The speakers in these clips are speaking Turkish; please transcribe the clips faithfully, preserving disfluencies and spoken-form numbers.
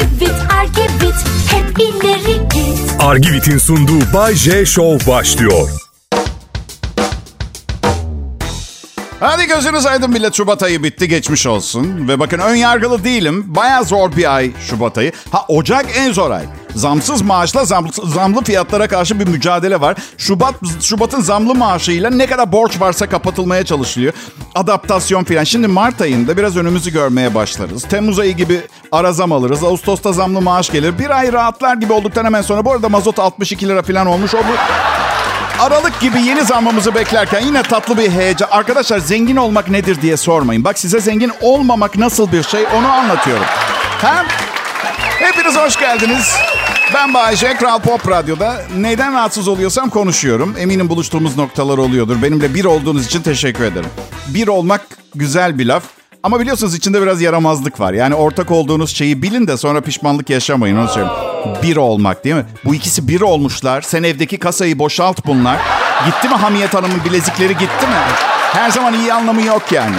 Argivit, Argivit, hep ileri git. Argivit'in sunduğu Bay J Show başlıyor. Hadi gözünüz aydın millet, Şubat ayı bitti, geçmiş olsun. Ve bakın, ön yargılı değilim. Bayağı zor bir ay Şubat ayı. Ha, Ocak en zor ay. Zamsız maaşla zam, zamlı fiyatlara karşı bir mücadele var. Şubat Şubat'ın zamlı maaşıyla ne kadar borç varsa kapatılmaya çalışılıyor. Adaptasyon filan. Şimdi Mart ayında biraz önümüzü görmeye başlarız. Temmuz ayı gibi ara zam alırız. Ağustos'ta zamlı maaş gelir. Bir ay rahatlar gibi olduktan hemen sonra. Bu arada mazot altmış iki lira filan olmuş. O bu... Aralık gibi yeni zammımızı beklerken yine tatlı bir heyecan. Arkadaşlar, zengin olmak nedir diye sormayın. Bak, size zengin olmamak nasıl bir şey, onu anlatıyorum. Ha? Hepiniz hoş geldiniz. Ben Bay J, Kral Pop Radyo'da. Neyden rahatsız oluyorsam konuşuyorum. Eminim buluştuğumuz noktalar oluyordur. Benimle bir olduğunuz için teşekkür ederim. Bir olmak güzel bir laf. Ama biliyorsunuz içinde biraz yaramazlık var. Yani ortak olduğunuz şeyi bilin de sonra pişmanlık yaşamayın. Onu söyleyeyim. Bir olmak, değil mi? Bu ikisi bir olmuşlar. Sen evdeki kasayı boşalt bunlar. Gitti mi Hamiyet Hanım'ın bilezikleri, gitti mi? Her zaman iyi anlamı yok yani.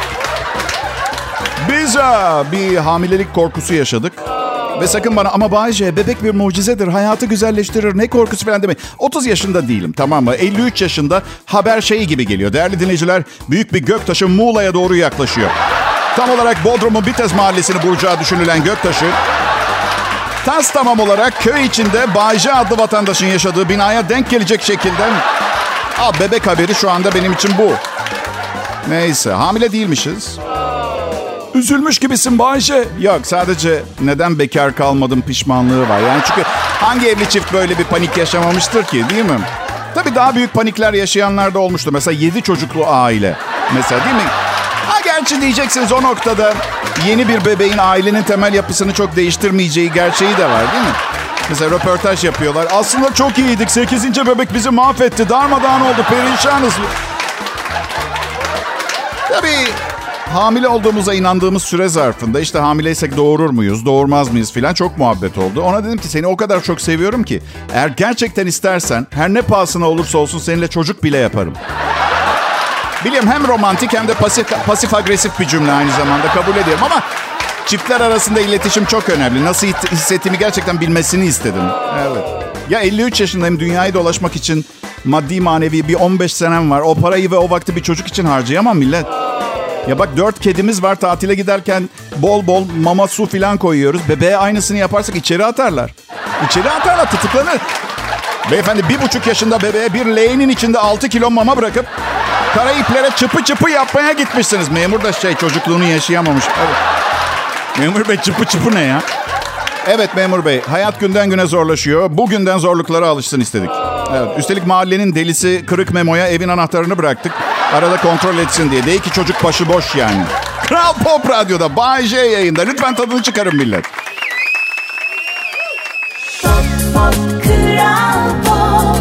Biz aa, bir hamilelik korkusu yaşadık. Ve sakın bana ama Bay J, bebek bir mucizedir, hayatı güzelleştirir, ne korkusu falan demeyin. otuz yaşında değilim, tamam mı? elli üç yaşında haber şeyi gibi geliyor. Değerli dinleyiciler, büyük bir göktaşı Muğla'ya doğru yaklaşıyor. Tam olarak Bodrum'un Bitez Mahallesi'ni vuracağı düşünülen göktaşı, tas tamam olarak köy içinde Bay J adlı vatandaşın yaşadığı binaya denk gelecek şekilde... Aa, bebek haberi şu anda benim için bu. Neyse, hamile değilmişiz. Üzülmüş gibisin Bay J. Yok, sadece neden bekar kalmadım pişmanlığı var. Yani çünkü hangi evli çift böyle bir panik yaşamamıştır ki, değil mi? Tabii daha büyük panikler yaşayanlar da olmuştu. Mesela yedi çocuklu aile. Mesela, değil mi? Ha, gerçi diyeceksiniz, o noktada yeni bir bebeğin ailenin temel yapısını çok değiştirmeyeceği gerçeği de var, değil mi? Mesela röportaj yapıyorlar. Aslında çok iyiydik. sekizinci bebek bizi mahvetti. Darmadağın oldu. Perişanız. Tabii hamile olduğumuza inandığımız süre zarfında işte hamileysek doğurur muyuz, doğurmaz mıyız filan çok muhabbet oldu. Ona dedim ki, seni o kadar çok seviyorum ki eğer gerçekten istersen her ne pahasına olursa olsun seninle çocuk bile yaparım. Biliyorum, hem romantik hem de pasif, pasif agresif bir cümle aynı zamanda, kabul ediyorum ama çiftler arasında iletişim çok önemli. Nasıl hissettiğimi gerçekten bilmesini istedim. Evet. Ya elli üç yaşındayım, dünyayı dolaşmak için maddi manevi bir on beş senem var. O parayı ve o vakti bir çocuk için harcayamam millet. Ya bak, dört kedimiz var, tatile giderken bol bol mama, su filan koyuyoruz. Bebeğe aynısını yaparsak içeri atarlar. İçeri atarlar, tutuklanır. Beyefendi, bir buçuk yaşında bebeğe bir leğenin içinde altı kilo mama bırakıp Karayiplere çıpı çıpı yapmaya gitmişsiniz. Memur da şey, çocukluğunu yaşayamamış. Evet. Memur Bey, çıpı çıpı ne ya? Evet memur bey, hayat günden güne zorlaşıyor. Bugünden zorluklara alışsın istedik. Evet. Üstelik mahallenin delisi Kırık Memo'ya evin anahtarını bıraktık. Arada kontrol etsin diye. Değil ki çocuk başıboş yani. Kral Pop Radyo'da Bay J yayında. Lütfen tadını çıkarın millet. Pop, pop, Kral Pop.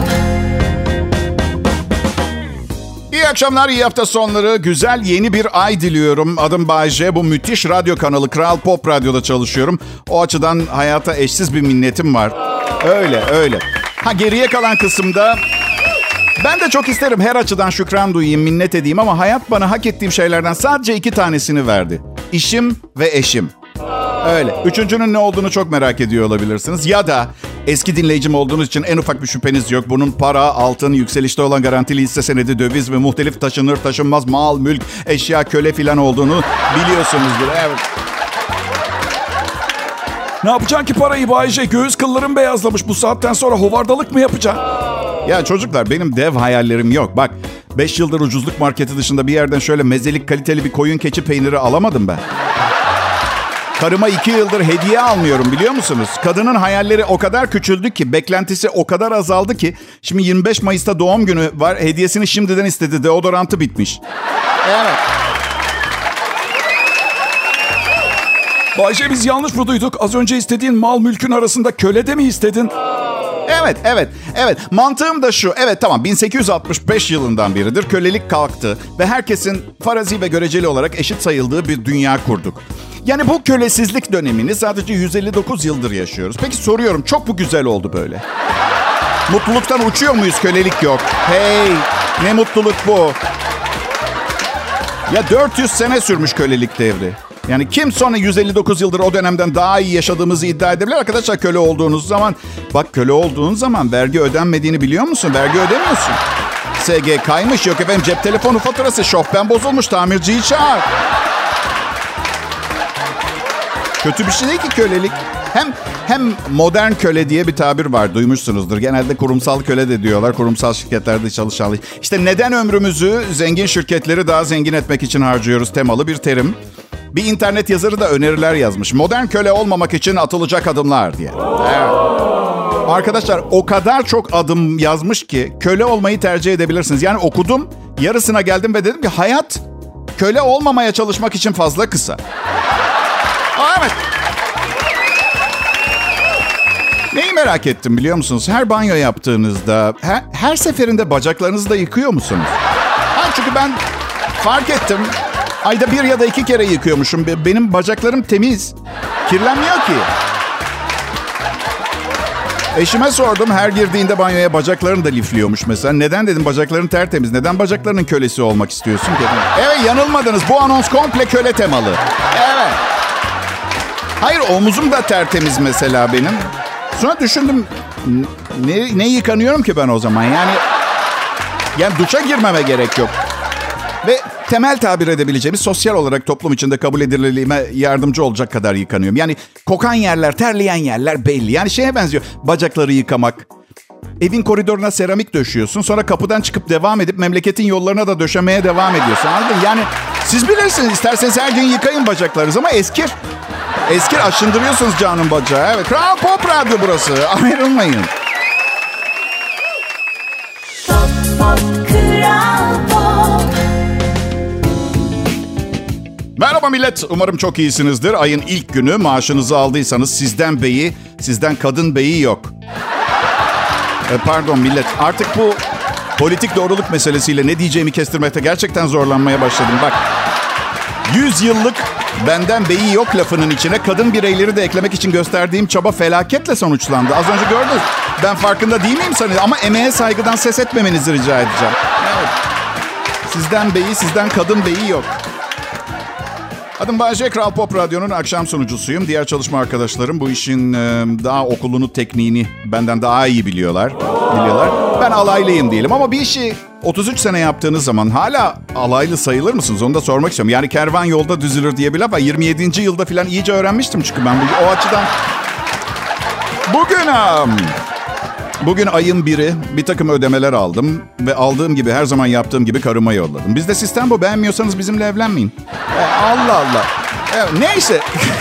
İyi akşamlar, iyi hafta sonları. Güzel yeni bir ay diliyorum. Adım Bay J. Bu müthiş radyo kanalı Kral Pop Radyo'da çalışıyorum. O açıdan hayata eşsiz bir minnetim var. Öyle, öyle. Ha, geriye kalan kısımda ben de çok isterim her açıdan şükran duyayım, minnet edeyim ama hayat bana hak ettiğim şeylerden sadece iki tanesini verdi. İşim ve eşim. Öyle. Üçüncünün ne olduğunu çok merak ediyor olabilirsiniz. Ya da eski dinleyicim olduğunuz için en ufak bir şüpheniz yok. Bunun para, altın, yükselişte olan garantili hisse senedi, döviz ve muhtelif taşınır taşınmaz mal, mülk, eşya, köle filan olduğunu biliyorsunuzdur. Evet. Ne yapacaksın ki parayı Bay J? Göğüs kılların beyazlamış. Bu saatten sonra hovardalık mı yapacaksın? Ya çocuklar, benim dev hayallerim yok. Bak, beş yıldır ucuzluk marketi dışında bir yerden şöyle mezelik kaliteli bir koyun keçi peyniri alamadım ben. Karıma iki yıldır hediye almıyorum, biliyor musunuz? Kadının hayalleri o kadar küçüldü ki, beklentisi o kadar azaldı ki... Şimdi yirmi beş Mayıs'ta doğum günü var, hediyesini şimdiden istedi, deodorantı bitmiş. Evet. Bayce, biz yanlış mı duyduk? Az önce istediğin mal mülkün arasında köle de mi istedin? Evet, evet, evet. Mantığım da şu. Evet, tamam, bin sekiz yüz altmış beş yılından beridir kölelik kalktı ve herkesin farazi ve göreceli olarak eşit sayıldığı bir dünya kurduk. Yani bu kölesizlik dönemini sadece yüz elli dokuz yıldır yaşıyoruz. Peki soruyorum, çok mu güzel oldu böyle? Mutluluktan uçuyor muyuz, kölelik yok? Hey, ne mutluluk bu. Ya dört yüz sene sürmüş kölelik devri. Yani kim sonra yüz elli dokuz yıldır o dönemden daha iyi yaşadığımızı iddia edebilir? Arkadaşlar köle olduğunuz zaman, bak köle olduğun zaman vergi ödenmediğini biliyor musun? Vergi ödemiyorsun. S G kaymış, yok efendim cep telefonu faturası, şofben bozulmuş, tamirciyi çağır. Kötü bir şey değil ki kölelik. Hem hem modern köle diye bir tabir var, duymuşsunuzdur. Genelde kurumsal köle de diyorlar. Kurumsal şirketlerde çalışan. İşte neden ömrümüzü zengin şirketleri daha zengin etmek için harcıyoruz temalı bir terim. Bir internet yazarı da öneriler yazmış. Modern köle olmamak için atılacak adımlar diye. Evet. Arkadaşlar o kadar çok adım yazmış ki köle olmayı tercih edebilirsiniz. Yani okudum, yarısına geldim ve dedim ki hayat köle olmamaya çalışmak için fazla kısa. Aa, evet. Neyi merak ettim biliyor musunuz? Her banyo yaptığınızda her, her seferinde bacaklarınızı da yıkıyor musunuz? Ha, çünkü ben fark ettim. Ayda bir ya da iki kere yıkıyormuşum. Benim bacaklarım temiz. Kirlenmiyor ki. Eşime sordum, her girdiğinde banyoya bacaklarını da lifliyormuş mesela. Neden dedim, bacakların tertemiz. Neden bacaklarının kölesi olmak istiyorsun ki? Evet, yanılmadınız. Bu anons komple köle temalı. Evet. Hayır, omuzum da tertemiz mesela benim. Sonra düşündüm, ne, ne yıkanıyorum ki ben o zaman? Yani yani duşa girmeme gerek yok. Ve temel tabir edebileceğimiz sosyal olarak toplum içinde kabul edilirliğime yardımcı olacak kadar yıkanıyorum. Yani kokan yerler, terleyen yerler belli. Yani şeye benziyor, bacakları yıkamak. Evin koridoruna seramik döşüyorsun. Sonra kapıdan çıkıp devam edip memleketin yollarına da döşemeye devam ediyorsun. Anladın? Yani siz bilirsiniz, isterseniz her gün yıkayın bacaklarınızı ama eskir. Eskir, aşındırıyorsunuz canım bacağı. Evet, Kral Pop Radyo burası. Ayrılmayın. Pop, pop, Kral Pop. Merhaba millet. Umarım çok iyisinizdir. Ayın ilk günü, maaşınızı aldıysanız sizden beyi, sizden kadın beyi yok. E, pardon millet. Artık bu politik doğruluk meselesiyle ne diyeceğimi kestirmekte gerçekten zorlanmaya başladım. Bak, yüz yıllık benden beyi yok lafının içine kadın bireyleri de eklemek için gösterdiğim çaba felaketle sonuçlandı. Az önce gördünüz. Ben farkında değil miyim sanırım? Ama emeğe saygıdan ses etmemenizi rica edeceğim. Evet. Sizden beyi, sizden kadın beyi yok. Adım Bayce, Kral Pop Radyo'nun akşam sunucusuyum. Diğer çalışma arkadaşlarım bu işin daha okulunu, tekniğini benden daha iyi biliyorlar. Biliyorlar. Ben alaylıyım diyelim ama bir işi otuz üç sene yaptığınız zaman hala alaylı sayılır mısınız? Onu da sormak istiyorum. Yani kervan yolda düzülür diye bir laf var. yirmi yedinci yılda falan iyice öğrenmiştim çünkü ben o açıdan. Bugün Bugün ayın biri, bir takım ödemeler aldım ve aldığım gibi, her zaman yaptığım gibi karıma yolladım. Bizde sistem bu. Beğenmiyorsanız bizimle evlenmeyin. Ee, Allah Allah. Evet, neyse.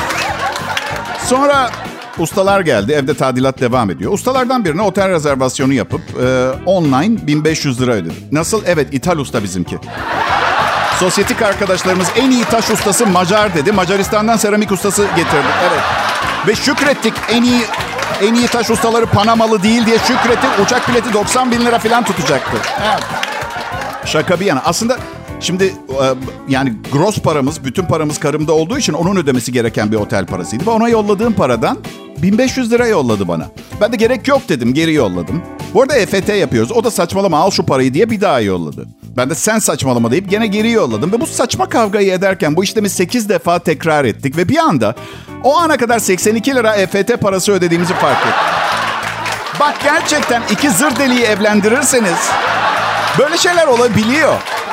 Sonra ustalar geldi. Evde tadilat devam ediyor. Ustalardan birine otel rezervasyonu yapıp e, online bin beş yüz lira ödedim. Nasıl? Evet, İthal usta bizimki. Sosyetik arkadaşlarımız en iyi taş ustası Macar dedi. Macaristan'dan seramik ustası getirdi. Evet. Ve şükrettik, en iyi en iyi taş ustaları Panamalı değil diye şükrettik. Uçak bileti doksan bin lira falan tutacaktı. Evet. Şaka bir yana. Aslında şimdi yani gross paramız, bütün paramız karımda olduğu için onun ödemesi gereken bir otel parasıydı. Ve ona yolladığım paradan bin beş yüz lira yolladı bana. Ben de gerek yok dedim, geri yolladım. Bu arada E F T yapıyoruz. O da saçmalama, al şu parayı diye bir daha yolladı. Ben de sen saçmalama deyip gene geri yolladım. Ve bu saçma kavgayı ederken bu işlemi sekiz defa tekrar ettik. Ve bir anda o ana kadar seksen iki lira E F T parası ödediğimizi fark ettim. Bak, gerçekten iki zır deliği evlendirirseniz böyle şeyler olabiliyor.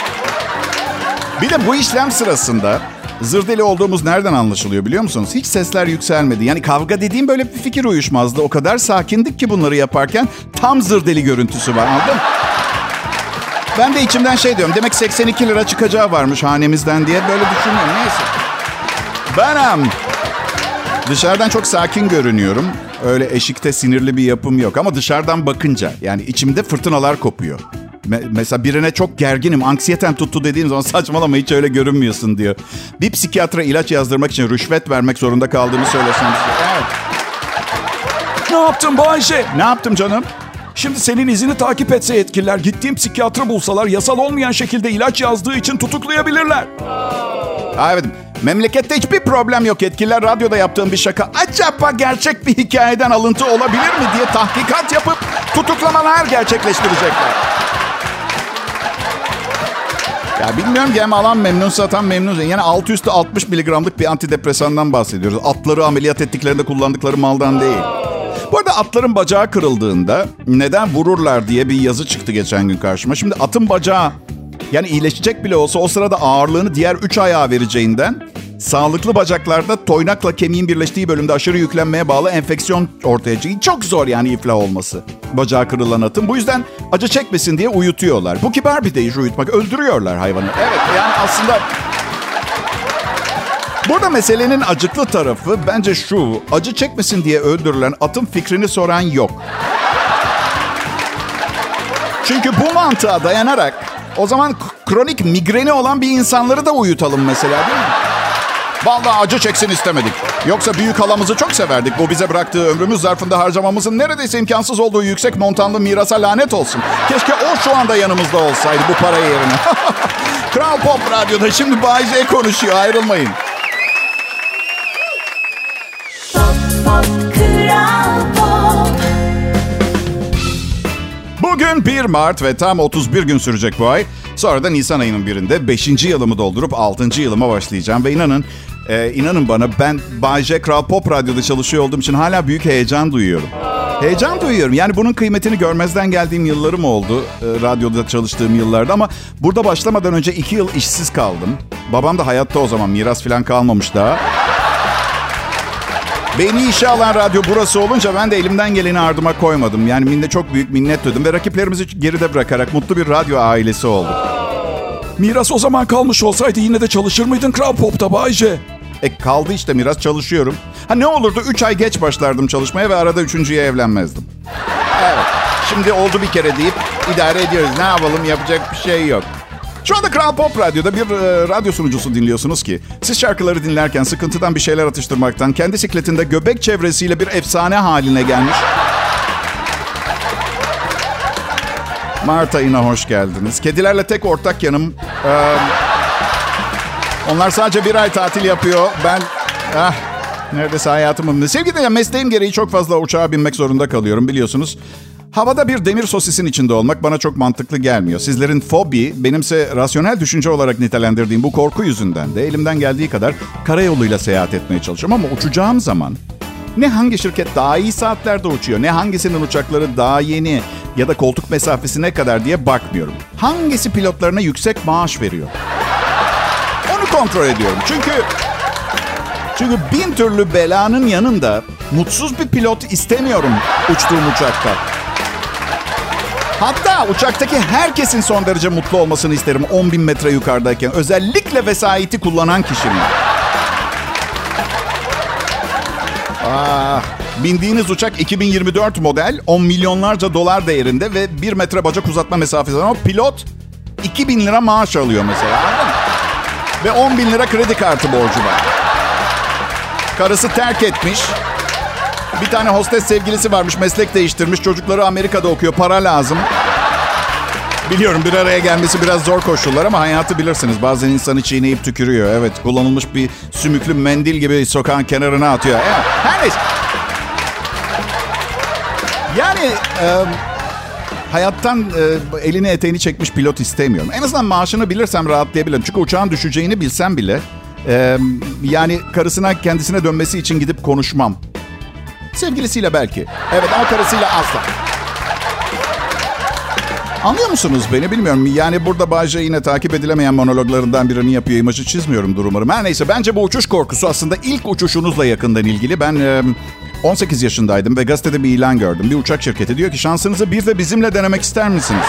Bir de bu işlem sırasında zır deli olduğumuz nereden anlaşılıyor biliyor musunuz? Hiç sesler yükselmedi. Yani kavga dediğim böyle bir fikir uyuşmazdı. O kadar sakindik ki bunları yaparken tam zır deli görüntüsü var, anladın mı? Ben de içimden şey diyorum. Demek seksen iki lira çıkacağı varmış hanemizden diye böyle düşünüyorum. Neyse. Benim dışarıdan çok sakin görünüyorum. Öyle eşikte sinirli bir yapım yok. Ama dışarıdan bakınca yani içimde fırtınalar kopuyor. Me- mesela birine çok gerginim, anksiyetem tuttu dediğim zaman saçmalama, hiç öyle görünmüyorsun diyor. Bir psikiyatra ilaç yazdırmak için rüşvet vermek zorunda kaldığımı söylesem. Evet. Ne yaptın Bayşe? Ne yaptım canım? Şimdi senin izini takip etse yetkililer, gittiğim psikiyatrı bulsalar yasal olmayan şekilde ilaç yazdığı için tutuklayabilirler. Ha, evet. Memlekette hiçbir problem yok. Yetkililer radyoda yaptığım bir şaka acaba gerçek bir hikayeden alıntı olabilir mi diye tahkikat yapıp tutuklamalar gerçekleştirecekler. Ya bilmiyorum ki, hem alan memnun, satan memnun. Yani altı üstü altmış miligramlık bir antidepresandan bahsediyoruz. Atları ameliyat ettiklerinde kullandıkları maldan değil. Bu arada atların bacağı kırıldığında neden vururlar diye bir yazı çıktı geçen gün karşıma. Şimdi atın bacağı, yani iyileşecek bile olsa o sırada ağırlığını diğer üç ayağa vereceğinden sağlıklı bacaklarda toynakla kemiğin birleştiği bölümde aşırı yüklenmeye bağlı enfeksiyon ortaya çıkıyor. Çok zor yani iflah olması bacağı kırılan atın. Bu yüzden acı çekmesin diye uyutuyorlar. Bu kibar bir deyiş, uyutmak. Öldürüyorlar hayvanı. Evet, yani aslında... Burada meselenin acıklı tarafı bence şu: acı çekmesin diye öldürülen atın fikrini soran yok. Çünkü bu mantığa dayanarak o zaman kronik migreni olan bir insanları da uyutalım mesela, değil mi? Vallahi acı çeksin istemedik. Yoksa büyük halamızı çok severdik. Bu bize bıraktığı ömrümüz zarfında harcamamızın neredeyse imkansız olduğu yüksek montanlı mirasa lanet olsun. Keşke o şu anda yanımızda olsaydı bu para yerine. Kral Pop Radyo'da şimdi Bay J konuşuyor. Ayrılmayın. Bugün bir Mart ve tam otuz bir gün sürecek bu ay. Sonra da Nisan ayının birinde beşinci yılımı doldurup altıncı yılıma başlayacağım. Ve inanın, e, inanın bana, ben Bay J Kral Pop Radyo'da çalışıyor olduğum için hala büyük heyecan duyuyorum. Heyecan duyuyorum. Yani bunun kıymetini görmezden geldiğim yıllarım oldu. E, radyoda çalıştığım yıllarda, ama burada başlamadan önce iki yıl işsiz kaldım. Babam da hayatta o zaman, miras falan kalmamış daha. Beni işe alan radyo burası olunca ben de elimden geleni ardıma koymadım. Yani minnet, çok büyük minnet duydum ve rakiplerimizi geride bırakarak mutlu bir radyo ailesi olduk. Miras o zaman kalmış olsaydı yine de çalışır mıydın Kral Pop'ta Bay J? E kaldı işte miras, çalışıyorum. Ha ne olurdu, üç ay geç başlardım çalışmaya ve arada üçüncüye evlenmezdim. Evet, şimdi oldu bir kere deyip idare ediyoruz. Ne yapalım, yapacak bir şey yok. Şu anda Kral Pop Radyo'da bir e, radyo sunucusu dinliyorsunuz ki siz şarkıları dinlerken sıkıntıdan bir şeyler atıştırmaktan kendi sikletinde göbek çevresiyle bir efsane haline gelmiş. Mart ayına hoş geldiniz. Kedilerle tek ortak yanım. E, onlar sadece bir ay tatil yapıyor. Ben ah, neredeyse hayatımın... Sevgili de mesleğim gereği çok fazla uçağa binmek zorunda kalıyorum, biliyorsunuz. Havada bir demir sosisin içinde olmak bana çok mantıklı gelmiyor. Sizlerin fobi, benimse rasyonel düşünce olarak nitelendirdiğim bu korku yüzünden de elimden geldiği kadar karayoluyla seyahat etmeye çalışıyorum. Ama uçacağım zaman ne hangi şirket daha iyi saatlerde uçuyor, ne hangisinin uçakları daha yeni ya da koltuk mesafesi ne kadar diye bakmıyorum. Hangisi pilotlarına yüksek maaş veriyor? Onu kontrol ediyorum. Çünkü çünkü bin türlü belanın yanında mutsuz bir pilot istemiyorum uçtuğum uçakta. Hatta uçaktaki herkesin son derece mutlu olmasını isterim on bin metre yukarıdayken. Özellikle vesayeti kullanan kişinin. Ah, bindiğiniz uçak iki bin yirmi dört model, on milyonlarca dolar değerinde ve bir metre bacak uzatma mesafesi. Ama pilot iki bin lira maaş alıyor mesela. Anladın mı? Ve on bin lira kredi kartı borcu var. Karısı terk etmiş. Bir tane hostes sevgilisi varmış, meslek değiştirmiş. Çocukları Amerika'da okuyor, para lazım. Biliyorum bir araya gelmesi biraz zor koşullar ama hayatı bilirsiniz. Bazen insanı çiğneyip tükürüyor. Evet, kullanılmış bir sümüklü mendil gibi sokağın kenarına atıyor. Evet, her neyse. Yani e, hayattan e, elini eteğini çekmiş pilot istemiyorum. En azından maaşını bilirsem rahatlayabilirim. Çünkü uçağın düşeceğini bilsem bile... e, yani karısına kendisine dönmesi için gidip konuşmam. Sevgilisiyle belki. Evet, ama karısıyla asla. Anlıyor musunuz beni bilmiyorum. Yani burada Bay J yine takip edilemeyen monologlarından birini yapıyor. İmajı çizmiyorum umarım. Her neyse, bence bu uçuş korkusu aslında ilk uçuşunuzla yakından ilgili. Ben e, on sekiz yaşındaydım ve gazetede bir ilan gördüm. Bir uçak şirketi diyor ki şansınızı bir de bizimle denemek ister misiniz?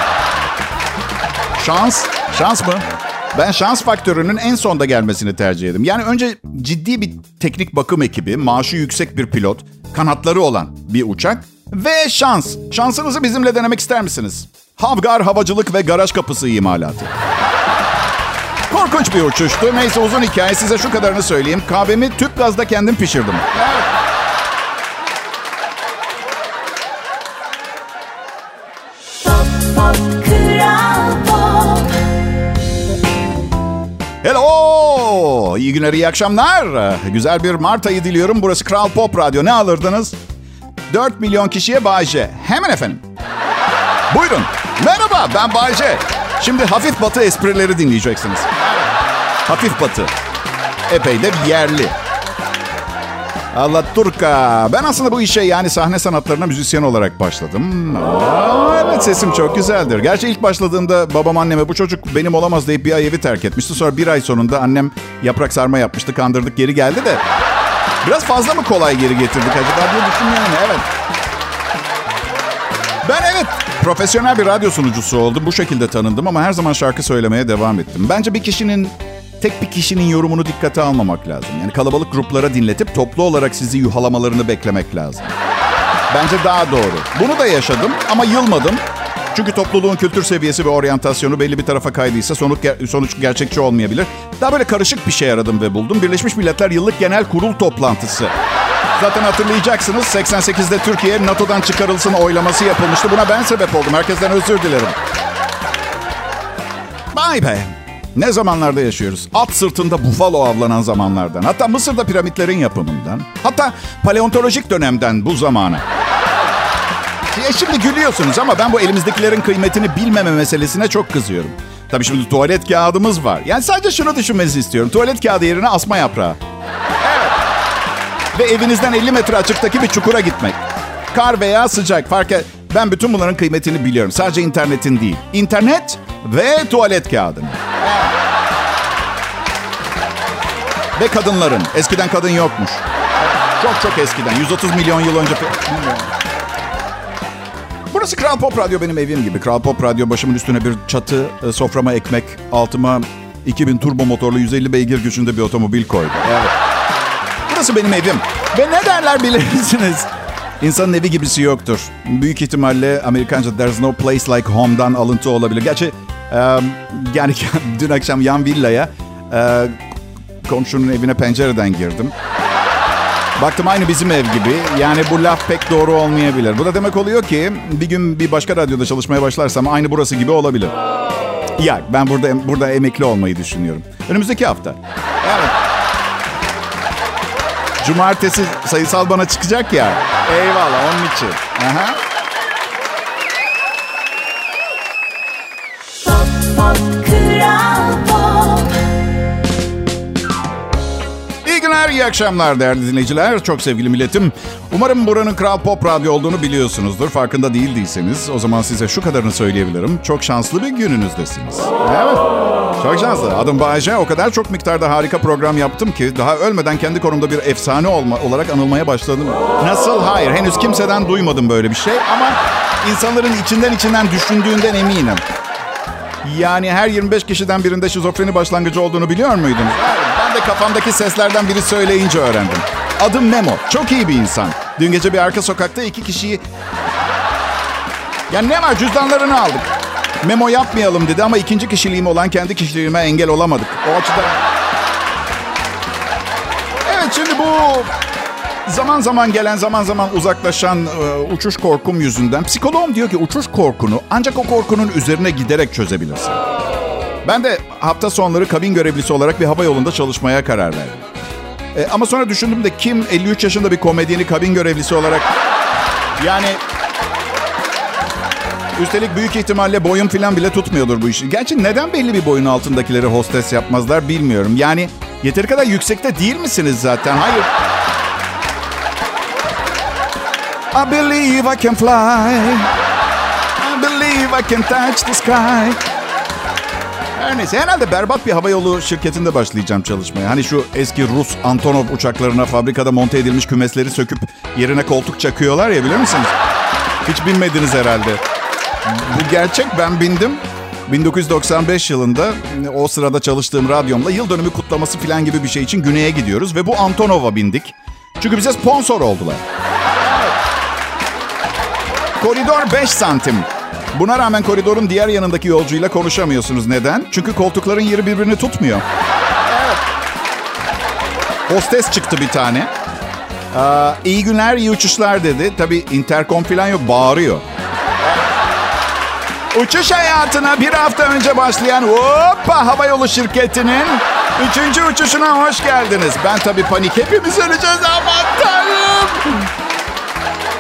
Şans? Şans mı? Ben şans faktörünün en sonda gelmesini tercih ederim. Yani önce ciddi bir teknik bakım ekibi, maaşı yüksek bir pilot, kanatları olan bir uçak ve şans. Şansınızı bizimle denemek ister misiniz? Havgar Havacılık ve Garaj Kapısı imalatı. Korkunç bir uçuştu. Neyse, uzun hikaye, size şu kadarını söyleyeyim. Kahvemi tüp gazda kendim pişirdim. Evet. Hello! İyi günler, iyi akşamlar. Güzel bir Mart ayı diliyorum. Burası Kral Pop Radyo. Ne alırdınız? dört milyon kişiye Bay J. Hemen efendim. Buyurun. Merhaba, ben Bay J. Şimdi hafif batı esprileri dinleyeceksiniz. Hafif batı. Epey de yerli. Allah Turka. Ben aslında bu işe yani sahne sanatlarına müzisyen olarak başladım. Aa, evet sesim çok güzeldir. Gerçi ilk başladığımda babam anneme bu çocuk benim olamaz deyip bir ay evi terk etmişti. Sonra bir ay sonunda annem yaprak sarma yapmıştı. Kandırdık geri geldi de. Biraz fazla mı kolay geri getirdik acaba diye düşünüyorum. Evet. Ben evet profesyonel bir radyo sunucusu oldum. Bu şekilde tanındım ama her zaman şarkı söylemeye devam ettim. Bence bir kişinin, tek bir kişinin yorumunu dikkate almamak lazım. Yani kalabalık gruplara dinletip toplu olarak sizi yuhalamalarını beklemek lazım. Bence daha doğru. Bunu da yaşadım ama yılmadım. Çünkü topluluğun kültür seviyesi ve oryantasyonu belli bir tarafa kaydıysa sonuç, sonuç gerçekçi olmayabilir. Daha böyle karışık bir şey aradım ve buldum. Birleşmiş Milletler Yıllık Genel Kurul Toplantısı. Zaten hatırlayacaksınız seksen sekizde Türkiye NATO'dan çıkarılsın oylaması yapılmıştı. Buna ben sebep oldum. Herkesten özür dilerim. Vay be. Ne zamanlarda yaşıyoruz? At sırtında bufalo avlanan zamanlardan. Hatta Mısır'da piramitlerin yapımından. Hatta paleontolojik dönemden bu zamana. Ya şimdi gülüyorsunuz ama ben bu elimizdekilerin kıymetini bilmeme meselesine çok kızıyorum. Tabii şimdi tuvalet kağıdımız var. Yani sadece şunu düşünmenizi istiyorum. Tuvalet kağıdı yerine asma yaprağı. Evet. Ve evinizden elli metre açıktaki bir çukura gitmek. Kar veya sıcak fark et. Ben bütün bunların kıymetini biliyorum. Sadece internetin değil. İnternet ve tuvalet kağıdının. Ve kadınların. Eskiden kadın yokmuş. Çok çok eskiden. yüz otuz milyon yıl önce. Burası Kral Pop Radyo benim evim gibi. Kral Pop Radyo başımın üstüne bir çatı, soframa ekmek, altıma iki bin turbo motorlu yüz elli beygir gücünde bir otomobil koydu. Evet. Burası benim evim. Ve ne derler bilir misiniz? İnsanın evi gibisi yoktur. Büyük ihtimalle Amerikanca "There's no place like home'dan alıntı olabilir. Gerçi e, yani dün akşam yan villaya e, komşunun evine pencereden girdim. Baktım aynı bizim ev gibi. Yani bu laf pek doğru olmayabilir. Bu da demek oluyor ki bir gün bir başka radyoda çalışmaya başlarsam aynı burası gibi olabilir. Ya ben burada burada emekli olmayı düşünüyorum. Önümüzdeki hafta. Evet. Cumartesi sayısal bana çıkacak ya. Eyvallah onun için. Aha. Pop, pop, Kral Pop. İyi günler, iyi akşamlar değerli dinleyiciler. Çok sevgili milletim. Umarım buranın Kral Pop Radyo olduğunu biliyorsunuzdur. Farkında değildiyseniz o zaman size şu kadarını söyleyebilirim. Çok şanslı bir gününüzdesiniz. Evet. Çok şanslı. Adım Bayece. O kadar çok miktarda harika program yaptım ki daha ölmeden kendi konumda bir efsane olma, olarak anılmaya başladım. Nasıl? Hayır. Henüz kimseden duymadım böyle bir şey ama insanların içinden içinden düşündüğünden eminim. Yani her yirmi beş kişiden birinde şizofreni başlangıcı olduğunu biliyor muydunuz? Ben de kafamdaki seslerden biri söyleyince öğrendim. Adım Memo. Çok iyi bir insan. Dün gece bir arka sokakta iki kişiyi... Yani ne var, cüzdanlarını aldık. Memo yapmayalım dedi ama ikinci kişiliğim olan kendi kişiliğime engel olamadık. O açıdan... Evet, şimdi bu zaman zaman gelen, zaman zaman uzaklaşan e, uçuş korkum yüzünden psikoloğum diyor ki uçuş korkunu ancak o korkunun üzerine giderek çözebilirsin. Ben de hafta sonları kabin görevlisi olarak bir hava yolunda çalışmaya karar verdim. E, ama sonra düşündüm de kim elli üç yaşında bir komedyeni kabin görevlisi olarak... Yani... Üstelik büyük ihtimalle boyum falan bile tutmuyordur bu işi. Gerçi neden belli bir boyun altındakileri hostes yapmazlar bilmiyorum. Yani yeteri kadar yüksekte değil misiniz zaten? Hayır. I believe I can fly. I believe I can touch the sky. Her neyse, herhalde berbat bir havayolu şirketinde başlayacağım çalışmaya. Hani şu eski Rus Antonov uçaklarına fabrikada monte edilmiş kümesleri söküp yerine koltuk çakıyorlar ya, bilir misiniz? Hiç binmediniz herhalde. Bu gerçek, ben bindim. bin dokuz yüz doksan beş yılında o sırada çalıştığım radyomla yıl dönümü kutlaması falan gibi bir şey için güneye gidiyoruz. Ve bu Antonov'a bindik. Çünkü bize sponsor oldular. Koridor beş santim. Buna rağmen koridorun diğer yanındaki yolcuyla konuşamıyorsunuz. Neden? Çünkü koltukların yeri birbirini tutmuyor. Evet. Hostes çıktı bir tane. Aa, iyi günler, iyi uçuşlar dedi. Tabii interkom falan yok, bağırıyor. Uçuş hayatına bir hafta önce başlayan hoppa havayolu şirketinin üçüncü uçuşuna hoş geldiniz. Ben tabii panik, hepimiz öleceğiz, aman tanrım.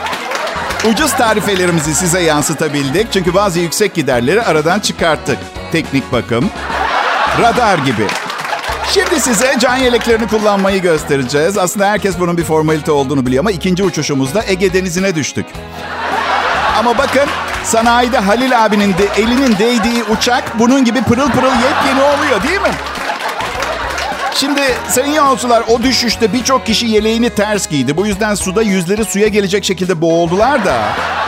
Ucuz tarifelerimizi size yansıtabildik. Çünkü bazı yüksek giderleri aradan çıkarttık. teknik bakım, radar gibi. Şimdi size can yeleklerini kullanmayı göstereceğiz. Aslında herkes bunun bir formalite olduğunu biliyor ama ikinci uçuşumuzda Ege Denizi'ne düştük. Ama bakın, sanayide Halil abinin de elinin değdiği uçak bunun gibi pırıl pırıl yepyeni oluyor değil mi? Şimdi sayın yolcular, o düşüşte birçok kişi yeleğini ters giydi. Bu yüzden suda yüzleri suya gelecek şekilde boğuldular da.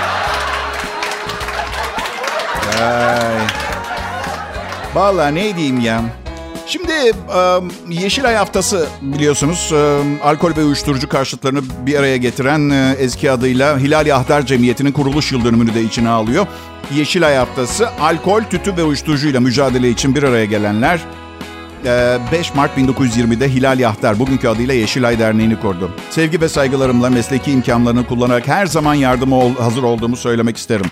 Ay. Vallahi ne diyeyim ya. Şimdi Yeşilay Haftası biliyorsunuz, alkol ve uyuşturucu karşıtlarını bir araya getiren eski adıyla Hilal Yahtar Cemiyeti'nin kuruluş yıl dönümünü de içine alıyor. Yeşilay Haftası, alkol, tütün ve uyuşturucuyla mücadele için bir araya gelenler beş Mart bin dokuz yüz yirmide Hilal Yahtar, bugünkü adıyla Yeşilay Derneği'ni kurdu. Sevgi ve saygılarımla mesleki imkanlarını kullanarak her zaman yardıma hazır olduğumu söylemek isterim.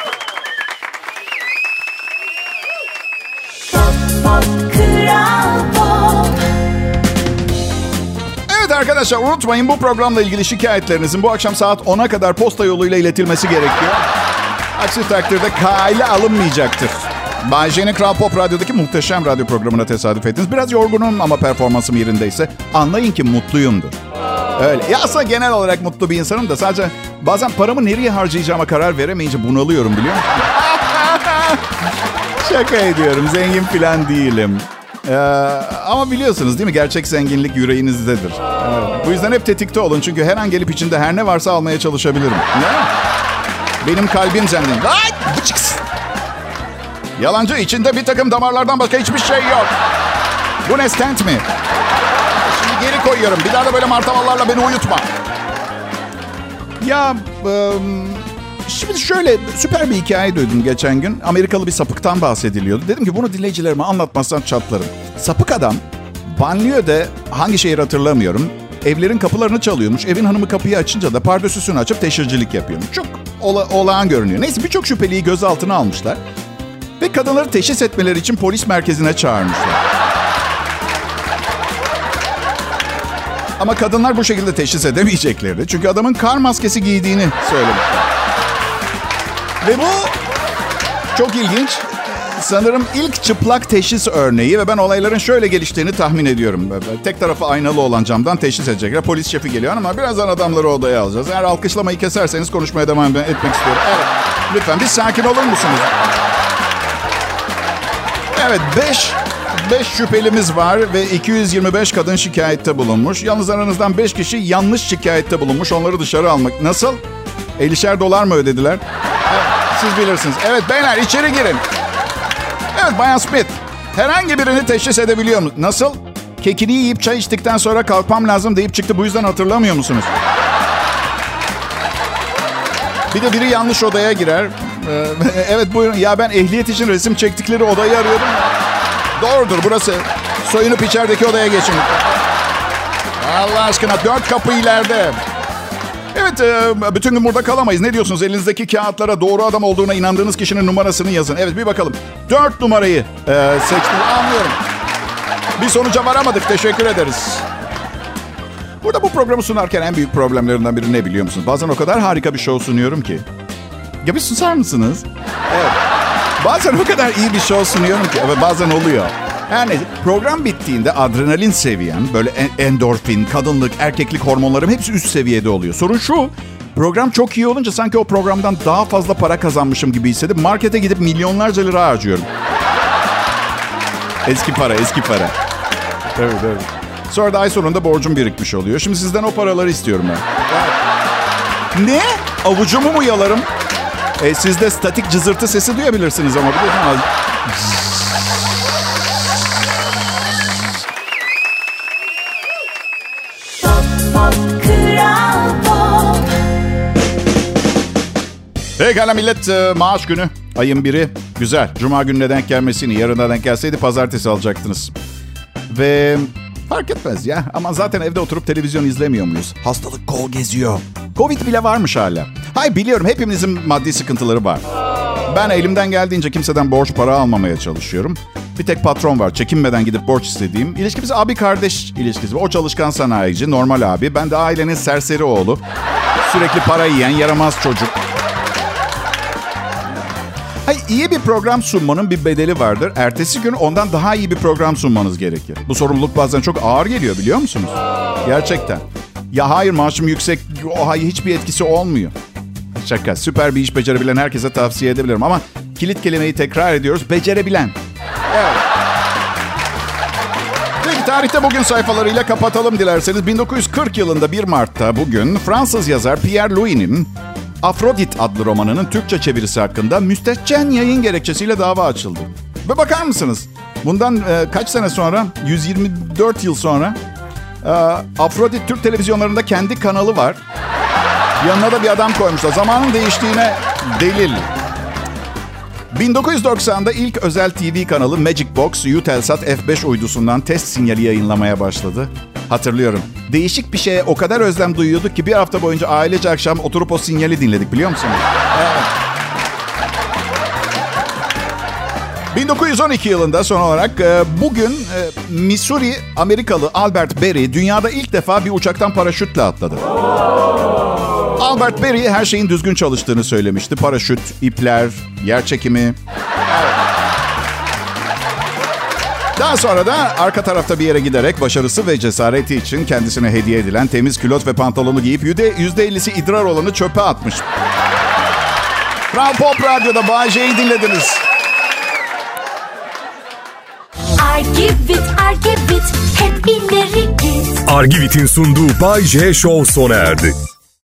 Evet arkadaşlar, unutmayın, bu programla ilgili şikayetlerinizin bu akşam saat ona kadar posta yoluyla iletilmesi gerekiyor. Aksi takdirde kale alınmayacaktır. Bay J'nin Kral Pop Radyo'daki muhteşem radyo programına tesadüf ettiniz. Biraz yorgunum ama performansım yerindeyse anlayın ki mutluyumdur. Öyle. Ya aslında genel olarak mutlu bir insanım da sadece bazen paramı nereye harcayacağıma karar veremeyince bunalıyorum, biliyor musun? Şaka ediyorum. Zengin falan değilim. Ee, ama biliyorsunuz değil mi? Gerçek zenginlik yüreğinizdedir. Evet. Bu yüzden hep tetikte olun. Çünkü her an gelip içinde her ne varsa almaya çalışabilirim. Ne? Benim kalbim zengin. Ay! Bıçıks! Yalancı, içinde bir takım damarlardan başka hiçbir şey yok. Bu ne, stent mi? Şimdi geri koyuyorum. Bir daha da böyle martavallarla beni uyutma. Ya... Um... Şimdi şöyle, süper bir hikaye duydum geçen gün. Amerikalı bir sapıktan bahsediliyordu. Dedim ki bunu dinleyicilerime anlatmazsam çatlarım. Sapık adam, banliyöde, hangi şehir hatırlamıyorum, evlerin kapılarını çalıyormuş. Evin hanımı kapıyı açınca da pardösüsünü açıp teşhircilik yapıyormuş. Çok ola, olağan görünüyor. Neyse, birçok şüpheliyi gözaltına almışlar. Ve kadınları teşhis etmeleri için polis merkezine çağırmışlar. Ama kadınlar bu şekilde teşhis edemeyeceklerdi. Çünkü adamın kar maskesi giydiğini söylemişler. Ve bu çok ilginç. Sanırım ilk çıplak teşhis örneği ve ben olayların şöyle geliştiğini tahmin ediyorum. Tek tarafı aynalı olan camdan teşhis edecekler. Polis şefi geliyor ama birazdan adamları odaya alacağız. Eğer alkışlamayı keserseniz konuşmaya devam etmek istiyorum. Evet, lütfen bir sakin olur musunuz? Evet, beş, beş şüphelimiz var ve iki yüz yirmi beş kadın şikayette bulunmuş. Yalnız aranızdan beş kişi yanlış şikayette bulunmuş. Onları dışarı almak. Nasıl? elli'şer dolar mı ödediler? Siz bilirsiniz. Evet beyler, içeri girin. Evet Bayan Smith. Herhangi birini teşhis edebiliyor musunuz? Nasıl? Kekini yiyip çay içtikten sonra kalkmam lazım deyip çıktı. Bu yüzden hatırlamıyor musunuz? Bir de biri yanlış odaya girer. Ee, evet buyurun. Ya ben ehliyet için resim çektikleri odayı arıyordum. Doğrudur, burası. Soyunup içerideki odaya geçin. Allah aşkına, dört kapı ileride. Evet, bütün gün burada kalamayız. Ne diyorsunuz? Elinizdeki kağıtlara doğru adam olduğuna inandığınız kişinin numarasını yazın. Evet, bir bakalım. Dört numarayı e, seçtim. Anlıyorum. Bir sonuca varamadık. Teşekkür ederiz. Burada bu programı sunarken en büyük problemlerinden biri ne biliyor musunuz? Bazen o kadar harika bir show sunuyorum ki. Ya bir susar mısınız? Evet. Bazen o kadar iyi bir show sunuyorum ki. Evet, bazen oluyor. Her neyse, program bittiğinde adrenalin seviyem, böyle endorfin, kadınlık, erkeklik hormonlarım hepsi üst seviyede oluyor. Sorun şu, program çok iyi olunca sanki o programdan daha fazla para kazanmışım gibi hissedip markete gidip milyonlarca lira harcıyorum. Eski para, eski para. Evet, evet. Sonra da ay sonunda borcum birikmiş oluyor. Şimdi sizden o paraları istiyorum ben. Evet. Ne? Avucumu mu yalarım? E, siz de statik cızırtı sesi duyabilirsiniz ama biliyorsunuz. Pekala millet, maaş günü. Ayın biri. Güzel. Cuma gününe denk gelmesini, yarına denk gelseydi pazartesi alacaktınız. Ve fark etmez ya. Ama zaten evde oturup televizyon izlemiyor muyuz? Hastalık kol geziyor. Covid bile varmış hala. Hayır biliyorum, hepimizin maddi sıkıntıları var. Ben elimden geldiğince kimseden borç para almamaya çalışıyorum. Bir tek patron var, çekinmeden gidip borç istediğim. İlişkimiz abi kardeş ilişkisi. O çalışkan sanayici, normal abi. Ben de ailenin serseri oğlu. Sürekli para yiyen yaramaz çocuk. Hayır, iyi bir program sunmanın bir bedeli vardır. Ertesi gün ondan daha iyi bir program sunmanız gerekir. Bu sorumluluk bazen çok ağır geliyor, biliyor musunuz? Gerçekten. Ya hayır, maaşım yüksek, o hayır, hiçbir etkisi olmuyor. Şaka. Süper bir iş becerebilen herkese tavsiye edebilirim. Ama kilit kelimeyi tekrar ediyoruz. Becerebilen. Evet. Peki, tarihte bugün sayfalarıyla kapatalım dilerseniz. bin dokuz yüz kırk yılında bir Mart'ta bugün Fransız yazar Pierre Louis'nin Afrodit adlı romanının Türkçe çevirisi hakkında müstehcen yayın gerekçesiyle dava açıldı. Ve bakar mısınız? Bundan e, kaç sene sonra? yüz yirmi dört yıl sonra e, Afrodit Türk televizyonlarında kendi kanalı var. Yanına da bir adam koymuşlar. Zamanın değiştiğine delil. bin dokuz yüz doksanda ilk özel T V kanalı Magic Box, Eutelsat F beş uydusundan test sinyali yayınlamaya başladı. Hatırlıyorum. Değişik bir şeye o kadar özlem duyuyorduk ki bir hafta boyunca ailece akşam oturup o sinyali dinledik, biliyor musunuz? Evet. bin dokuz yüz on iki yılında son olarak bugün Missouri Amerikalı Albert Berry dünyada ilk defa bir uçaktan paraşütle atladı. Albert Berry her şeyin düzgün çalıştığını söylemişti. Paraşüt, ipler, yer çekimi. Evet. Daha sonra da arka tarafta bir yere giderek başarısı ve cesareti için kendisine hediye edilen temiz külot ve pantolonu giyip yüzde ellisi idrar olanı çöpe atmış. Kral Pop Radyo'da Bay J'yi dinlediniz. Argivit, Argivit, hep ileri git. Argivit'in sunduğu Bay J Show sona erdi.